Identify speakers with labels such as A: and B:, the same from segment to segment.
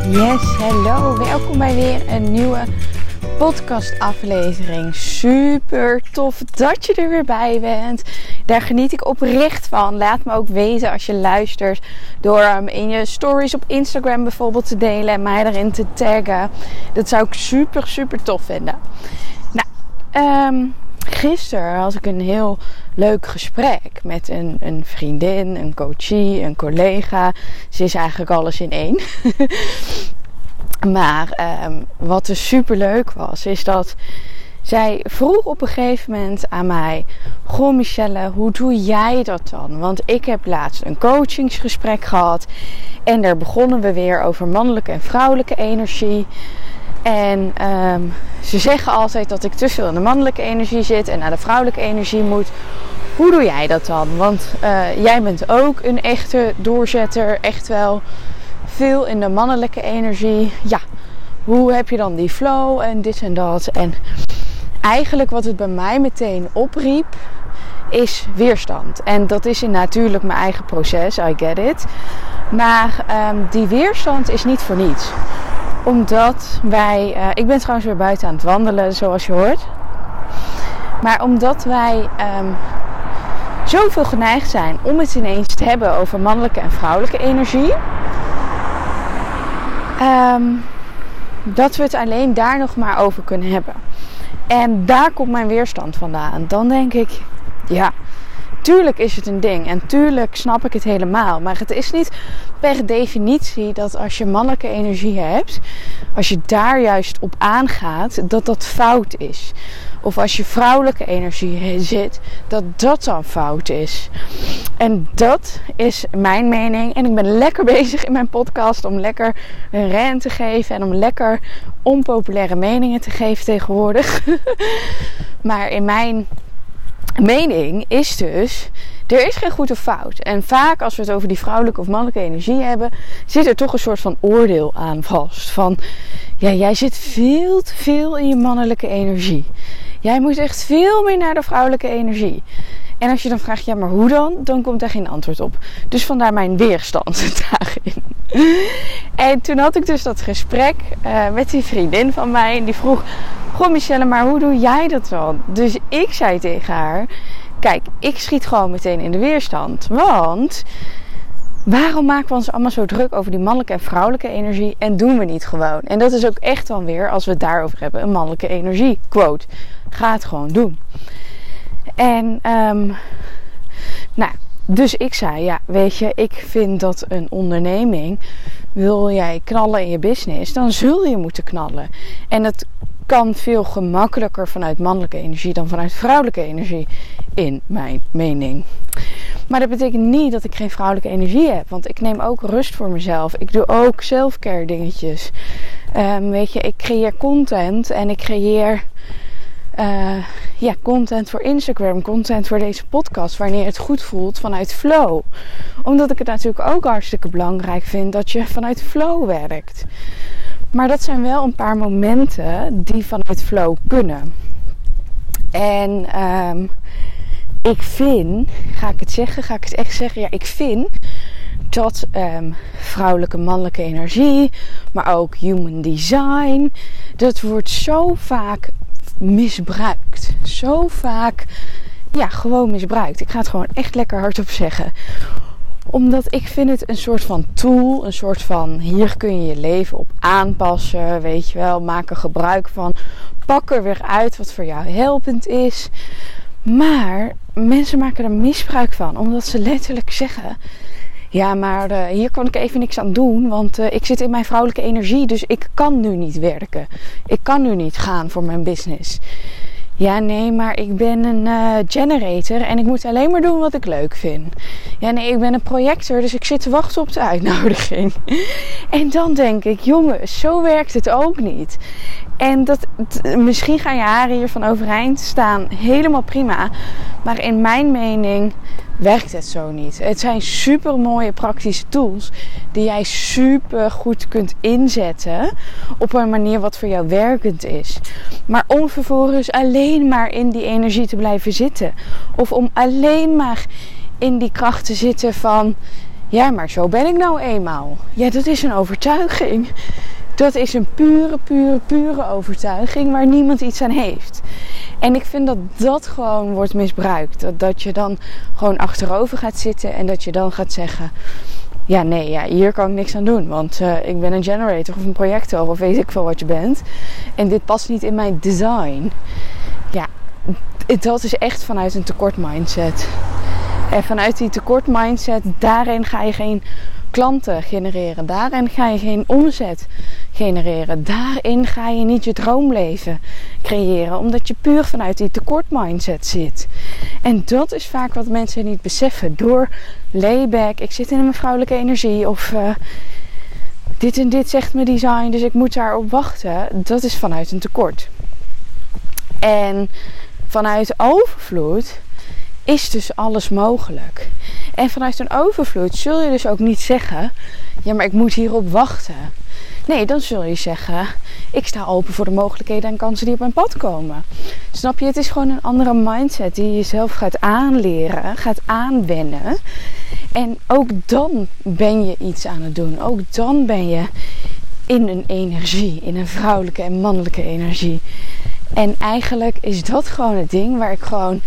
A: Yes, hallo. Welkom bij weer een nieuwe podcastaflevering. Super tof dat je er weer bij bent. Daar geniet ik oprecht van. Laat me ook weten als je luistert door hem in je stories op Instagram bijvoorbeeld te delen en mij erin te taggen. Dat zou ik super tof vinden. Nou, gisteren had ik een heel leuk gesprek met een vriendin, een coachie, een collega. Ze is eigenlijk alles in één. Maar wat dus super leuk was, is dat zij vroeg op een gegeven moment aan mij: goh Michelle, hoe doe jij dat dan? Want ik heb laatst een coachingsgesprek gehad en daar begonnen we weer over mannelijke en vrouwelijke energie. En ze zeggen altijd dat ik te veel in de mannelijke energie zit en naar de vrouwelijke energie moet. Hoe doe jij dat dan? Want jij bent ook een echte doorzetter, echt wel veel in de mannelijke energie. Ja, hoe heb je dan die flow en dit en dat? En eigenlijk wat het bij mij meteen opriep is weerstand. En dat is natuurlijk mijn eigen proces, I get it. Maar die weerstand is niet voor niets. Omdat wij, ik ben trouwens weer buiten aan het wandelen zoals je hoort. Maar omdat wij zoveel geneigd zijn om het ineens te hebben over mannelijke en vrouwelijke energie. Dat we het alleen daar nog maar over kunnen hebben. En daar komt mijn weerstand vandaan. Dan denk ik, ja, tuurlijk is het een ding. En tuurlijk snap ik het helemaal. Maar het is niet per definitie dat als je mannelijke energie hebt, als je daar juist op aangaat, dat dat fout is. Of als je vrouwelijke energie zit, dat dat dan fout is. En dat is mijn mening. En ik ben lekker bezig in mijn podcast om lekker een rant te geven. En om lekker onpopulaire meningen te geven tegenwoordig. Maar in mijn mening is dus, er is geen goed of fout. En vaak als we het over die vrouwelijke of mannelijke energie hebben, zit er toch een soort van oordeel aan vast. Van, ja, jij zit veel te veel in je mannelijke energie. Jij moet echt veel meer naar de vrouwelijke energie. En als je dan vraagt, ja, maar hoe dan? Dan komt daar geen antwoord op. Dus vandaar mijn weerstand daarin. En toen had ik dus dat gesprek met die vriendin van mij. En die vroeg, goh Michelle, maar hoe doe jij dat dan? Dus ik zei tegen haar, kijk, ik schiet gewoon meteen in de weerstand. Want waarom maken we ons allemaal zo druk over die mannelijke en vrouwelijke energie en doen we niet gewoon? En dat is ook echt dan weer, als we het daarover hebben, een mannelijke energie quote. Ga het gewoon doen. En dus ik zei, ja, weet je, ik vind dat een onderneming, wil jij knallen in je business, dan zul je moeten knallen. En het kan veel gemakkelijker vanuit mannelijke energie dan vanuit vrouwelijke energie, in mijn mening. Maar dat betekent niet dat ik geen vrouwelijke energie heb. Want ik neem ook rust voor mezelf. Ik doe ook selfcare dingetjes. Weet je, ik creëer content. En ik creëer content voor Instagram. Content voor deze podcast. Wanneer het goed voelt vanuit flow. Omdat ik het natuurlijk ook hartstikke belangrijk vind dat je vanuit flow werkt. Maar dat zijn wel een paar momenten die vanuit flow kunnen. En ik vind, ga ik het echt zeggen? Ja, ik vind dat vrouwelijke, mannelijke energie, maar ook human design, dat wordt zo vaak misbruikt. Zo vaak, ja, gewoon misbruikt. Ik ga het gewoon echt lekker hardop zeggen. Omdat ik vind het een soort van tool, een soort van, hier kun je je leven op aanpassen, weet je wel, maak er gebruik van, pak er weer uit wat voor jou helpend is. Maar mensen maken er misbruik van, omdat ze letterlijk zeggen, ja, maar hier kan ik even niks aan doen, want ik zit in mijn vrouwelijke energie, dus ik kan nu niet werken. Ik kan nu niet gaan voor mijn business. Ja, nee, maar ik ben een generator en ik moet alleen maar doen wat ik leuk vind. Ja, nee, ik ben een projector, dus ik zit te wachten op de uitnodiging. En dan denk ik, jongens, zo werkt het ook niet. En misschien gaan je haren hiervan overeind staan, helemaal prima. Maar in mijn mening werkt het zo niet. Het zijn super mooie praktische tools die jij super goed kunt inzetten op een manier wat voor jou werkend is. Maar om vervolgens alleen maar in die energie te blijven zitten. Of om alleen maar in die kracht te zitten van, Ja, maar zo ben ik nou eenmaal. Ja, dat is een overtuiging. Dat is een pure overtuiging waar niemand iets aan heeft. En ik vind dat dat gewoon wordt misbruikt. Dat je dan gewoon achterover gaat zitten en dat je dan gaat zeggen... Ja, nee, ja, hier kan ik niks aan doen. Want ik ben een generator of een projector of weet ik veel wat je bent. En dit past niet in mijn design. Ja, dat is echt vanuit een tekort mindset. En vanuit die tekort mindset, daarin ga je geen klanten genereren. Daarin ga je geen omzet genereren. Daarin ga je niet je droomleven creëren. Omdat je puur vanuit die tekort mindset zit. En dat is vaak wat mensen niet beseffen. Door layback, ik zit in mijn vrouwelijke energie. Of dit en dit zegt mijn design, dus ik moet daarop wachten. Dat is vanuit een tekort. En vanuit overvloed is dus alles mogelijk. En vanuit een overvloed zul je dus ook niet zeggen... Ja, maar ik moet hierop wachten. Nee, dan zul je zeggen... Ik sta open voor de mogelijkheden en kansen die op mijn pad komen. Snap je? Het is gewoon een andere mindset die je jezelf gaat aanleren, gaat aanwennen. En ook dan ben je iets aan het doen. Ook dan ben je in een energie, in een vrouwelijke en mannelijke energie. En eigenlijk is dat gewoon het ding waar ik gewoon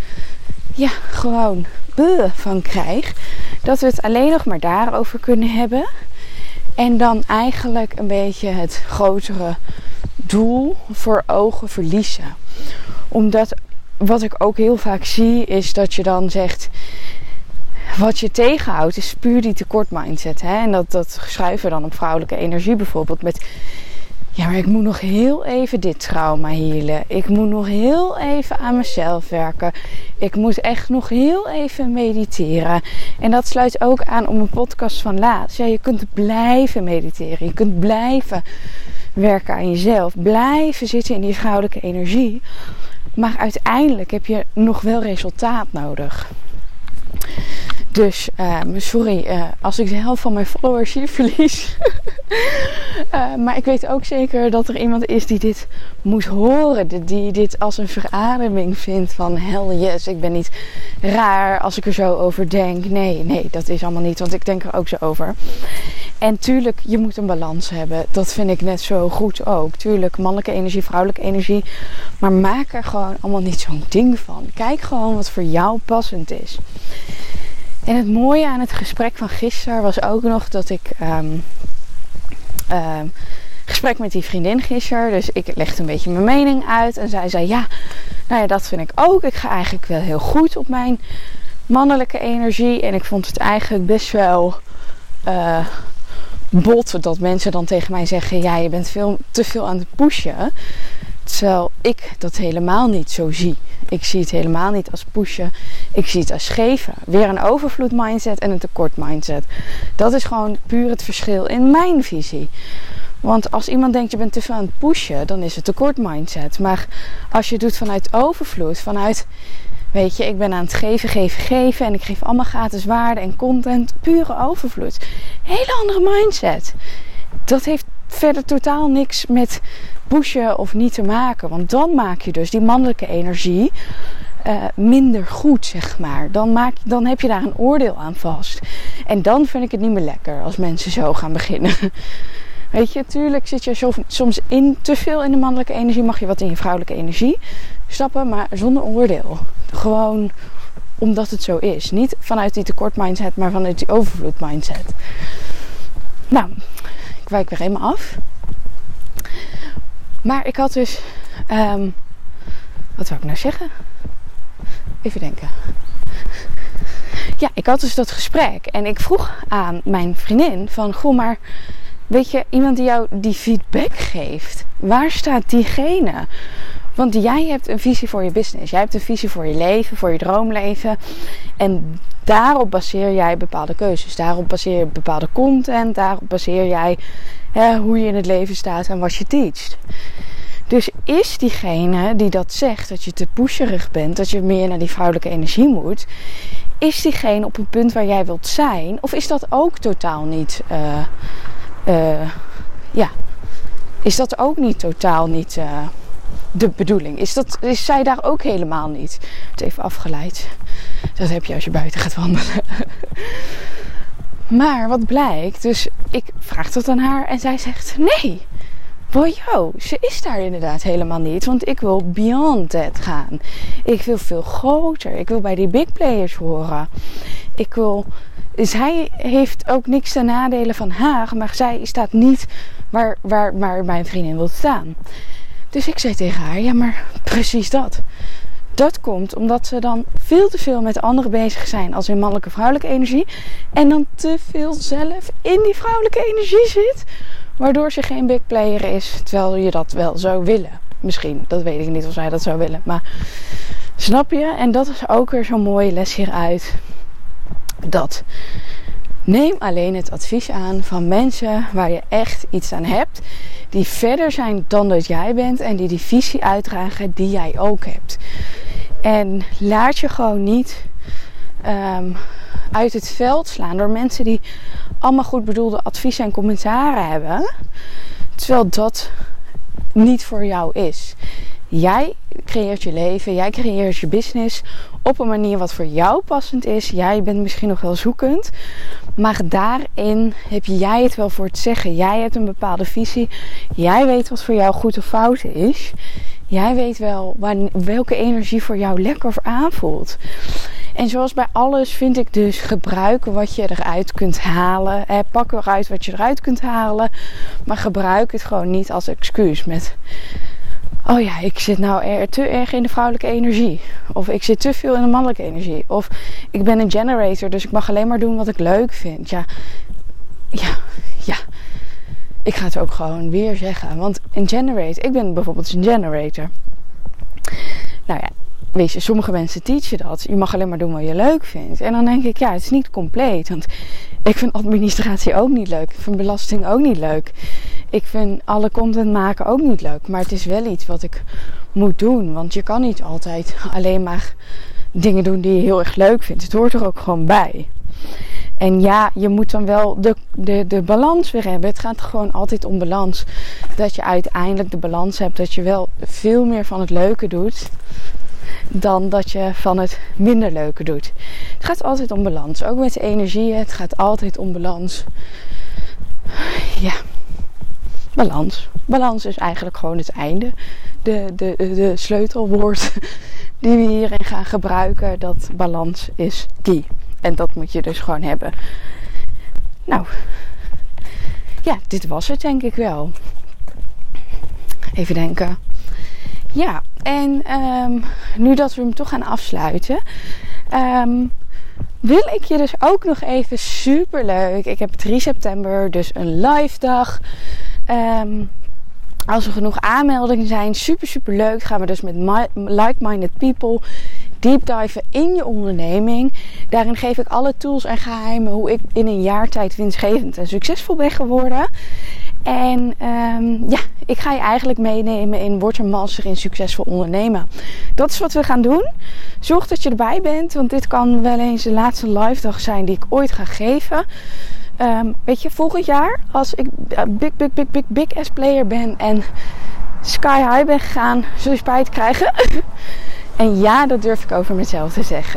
A: van krijg. Dat we het alleen nog maar daarover kunnen hebben. En dan eigenlijk een beetje het grotere doel voor ogen verliezen. Omdat wat ik ook heel vaak zie is dat je dan zegt... Wat je tegenhoudt is puur die tekort mindset. Hè? En dat schrijven we dan op vrouwelijke energie bijvoorbeeld met... Ja, maar ik moet nog heel even dit trauma healen. Ik moet nog heel even aan mezelf werken. Ik moet echt nog heel even mediteren. En dat sluit ook aan op een podcast van laatst. Ja, je kunt blijven mediteren. Je kunt blijven werken aan jezelf. Blijven zitten in die vrouwelijke energie. Maar uiteindelijk heb je nog wel resultaat nodig. Dus, sorry als ik de helft van mijn followers hier verlies. Maar ik weet ook zeker dat er iemand is die dit moet horen. Die dit als een verademing vindt van hell yes, ik ben niet raar als ik er zo over denk. Nee, dat is allemaal niet, want ik denk er ook zo over. En tuurlijk, je moet een balans hebben. Dat vind ik net zo goed ook. Tuurlijk, mannelijke energie, vrouwelijke energie. Maar maak er gewoon allemaal niet zo'n ding van. Kijk gewoon wat voor jou passend is. En het mooie aan het gesprek van gisteren was ook nog dat ik... gesprek met die vriendin gisteren. Dus ik legde een beetje mijn mening uit. En zij zei, ja, dat vind ik ook. Ik ga eigenlijk wel heel goed op mijn mannelijke energie. En ik vond het eigenlijk best wel bot dat mensen dan tegen mij zeggen... Ja, je bent te veel aan het pushen. Terwijl ik dat helemaal niet zo zie. Ik zie het helemaal niet als pushen. Ik zie het als geven. Weer een overvloed mindset en een tekort mindset. Dat is gewoon puur het verschil in mijn visie. Want als iemand denkt je bent te veel aan het pushen, dan is het tekort mindset. Maar als je het doet vanuit overvloed, vanuit... Weet je, ik ben aan het geven en ik geef allemaal gratis waarde en content. Pure overvloed. Hele andere mindset. Dat heeft verder totaal niks met pushen of niet te maken. Want dan maak je dus die mannelijke energie minder goed, zeg maar. Dan heb je daar een oordeel aan vast. En dan vind ik het niet meer lekker als mensen zo gaan beginnen. Weet je, tuurlijk zit je soms te veel in de mannelijke energie. Mag je wat in je vrouwelijke energie stappen, maar zonder oordeel. Gewoon omdat het zo is. Niet vanuit die tekort mindset, maar vanuit die overvloed mindset. Nou, ik wijk weer helemaal af. Maar ik had dus... wat zou ik nou zeggen? Even denken. Ja, ik had dus dat gesprek. En ik vroeg aan mijn vriendin van... Goh, maar weet je, iemand die jou die feedback geeft... Waar staat diegene? Want jij hebt een visie voor je business. Jij hebt een visie voor je leven, voor je droomleven. En daarop baseer jij bepaalde keuzes. Daarop baseer je bepaalde content. Daarop baseer jij hoe je in het leven staat en wat je teacht. Dus is diegene die dat zegt, dat je te pusherig bent, dat je meer naar die vrouwelijke energie moet, is diegene op een punt waar jij wilt zijn? Of is dat ook totaal niet, is dat ook niet totaal niet de bedoeling? Is zij daar ook helemaal niet? Het even afgeleid. Dat heb je als je buiten gaat wandelen. Maar wat blijkt, dus ik vraag dat aan haar en zij zegt nee. Bojo, ze is daar inderdaad helemaal niet. Want ik wil beyond that gaan. Ik wil veel groter. Ik wil bij die big players horen. Zij heeft ook niks ten nadele van haar. Maar zij staat niet waar mijn vriendin wil staan. Dus ik zei tegen haar, ja maar precies dat. Dat komt omdat ze dan veel te veel met anderen bezig zijn als in mannelijke vrouwelijke energie. En dan te veel zelf in die vrouwelijke energie zit. Waardoor ze geen big player is, terwijl je dat wel zou willen. Misschien, dat weet ik niet of zij dat zou willen. Maar snap je? En dat is ook weer zo'n mooie les hieruit. Dat neem alleen het advies aan van mensen waar je echt iets aan hebt. Die verder zijn dan dat jij bent. En die visie uitdragen die jij ook hebt. En laat je gewoon niet uit het veld slaan door mensen die allemaal goed bedoelde adviezen en commentaren hebben. Terwijl dat niet voor jou is. Jij creëert je leven, jij creëert je business op een manier wat voor jou passend is. Jij bent misschien nog wel zoekend. Maar daarin heb jij het wel voor te zeggen. Jij hebt een bepaalde visie. Jij weet wat voor jou goed of fout is. Jij weet wel welke energie voor jou lekker of aanvoelt. En zoals bij alles vind ik dus gebruiken wat je eruit kunt halen. Pak eruit wat je eruit kunt halen. Maar gebruik het gewoon niet als excuus met... Oh ja, ik zit nou te erg in de vrouwelijke energie. Of ik zit te veel in de mannelijke energie. Of ik ben een generator, dus ik mag alleen maar doen wat ik leuk vind. Ja. Ik ga het ook gewoon weer zeggen. Want een generator, ik ben bijvoorbeeld een generator. Nou ja, weet je, sommige mensen teachen dat. Je mag alleen maar doen wat je leuk vindt. En dan denk ik, ja, het is niet compleet. Want ik vind administratie ook niet leuk. Ik vind belasting ook niet leuk. Ik vind alle content maken ook niet leuk. Maar het is wel iets wat ik moet doen. Want je kan niet altijd alleen maar dingen doen die je heel erg leuk vindt. Het hoort er ook gewoon bij. En ja, je moet dan wel de balans weer hebben. Het gaat gewoon altijd om balans. Dat je uiteindelijk de balans hebt. Dat je wel veel meer van het leuke doet. Dan dat je van het minder leuke doet. Het gaat altijd om balans. Ook met de energieën. Het gaat altijd om balans. Ja. Balans. Balans is eigenlijk gewoon het einde. De sleutelwoord die we hierin gaan gebruiken. Dat balans is key. En dat moet je dus gewoon hebben. Nou. Ja, dit was het denk ik wel. Even denken. Ja, en nu dat we hem toch gaan afsluiten. Wil ik je dus ook nog even superleuk. Ik heb 3 september dus een live dag. Als er genoeg aanmeldingen zijn, super leuk. Gaan we dus met like-minded people deep diven in je onderneming. Daarin geef ik alle tools en geheimen hoe ik in een jaar tijd winstgevend en succesvol ben geworden. En ik ga je eigenlijk meenemen in word een master in succesvol ondernemen. Dat is wat we gaan doen. Zorg dat je erbij bent, want dit kan wel eens de laatste live dag zijn die ik ooit ga geven. Weet je, volgend jaar als ik big ass player ben en sky high ben gegaan, zul je spijt krijgen. En ja, dat durf ik over mezelf te zeggen.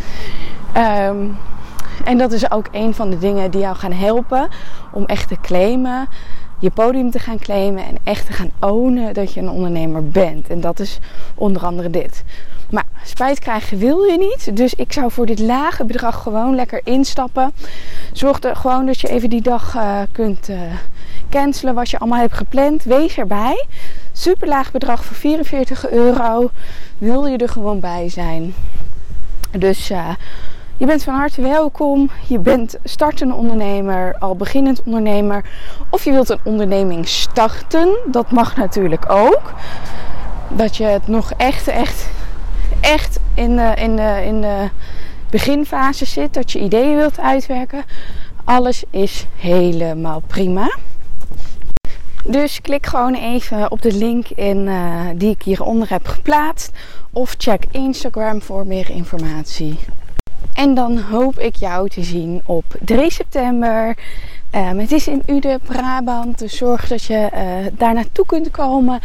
A: En dat is ook een van de dingen die jou gaan helpen om echt te claimen, je podium te gaan claimen en echt te gaan ownen dat je een ondernemer bent. En dat is onder andere dit. Maar spijt krijgen wil je niet. Dus ik zou voor dit lage bedrag gewoon lekker instappen. Zorg er gewoon dat je even die dag kunt cancelen wat je allemaal hebt gepland. Wees erbij. Super laag bedrag voor €44. Wil je er gewoon bij zijn. Dus je bent van harte welkom. Je bent startende ondernemer, al beginnend ondernemer. Of je wilt een onderneming starten. Dat mag natuurlijk ook. Dat je het nog echt in de beginfase zit. Dat je ideeën wilt uitwerken. Alles is helemaal prima. Dus klik gewoon even op de link in die ik hieronder heb geplaatst. Of check Instagram voor meer informatie. En dan hoop ik jou te zien op 3 september. Het is in Uden, Brabant. Dus zorg dat je daar naartoe kunt komen.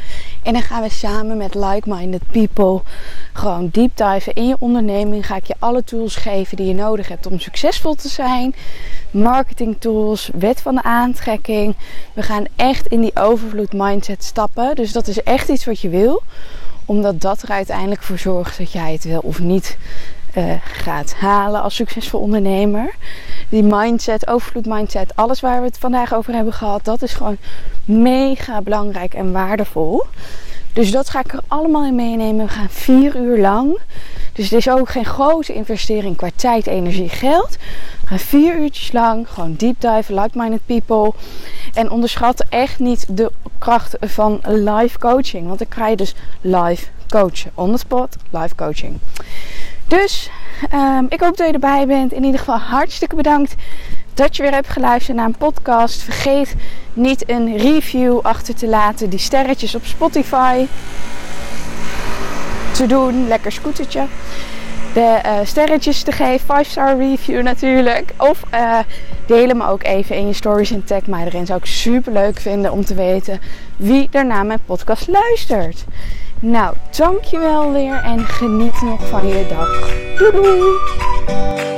A: En dan gaan we samen met like-minded people gewoon deep diven in je onderneming. Ga ik je alle tools geven die je nodig hebt om succesvol te zijn. Marketing tools, wet van de aantrekking. We gaan echt in die overvloed mindset stappen. Dus dat is echt iets wat je wil. Omdat dat er uiteindelijk voor zorgt dat jij het wel of niet gaat halen als succesvol ondernemer. Die mindset, overvloed mindset, alles waar we het vandaag over hebben gehad, dat is gewoon mega belangrijk en waardevol. Dus dat ga ik er allemaal in meenemen. We gaan 4 uur lang. Dus het is ook geen grote investering qua tijd, energie, geld. We gaan 4 uurtjes lang gewoon deep dive, like-minded people. En onderschat echt niet de kracht van live coaching. Want dan krijg je dus live coachen. On the spot, live coaching. Dus ik hoop dat je erbij bent. In ieder geval hartstikke bedankt dat je weer hebt geluisterd naar een podcast. Vergeet niet een review achter te laten. Die sterretjes op Spotify te doen. Lekker scootertje. De sterretjes te geven. 5-star review natuurlijk. Of deel hem ook even in je stories en tag mij erin. Zou ik super leuk vinden om te weten wie er naar mijn podcast luistert. Nou, dankjewel weer en geniet nog van je dag. Doei doei!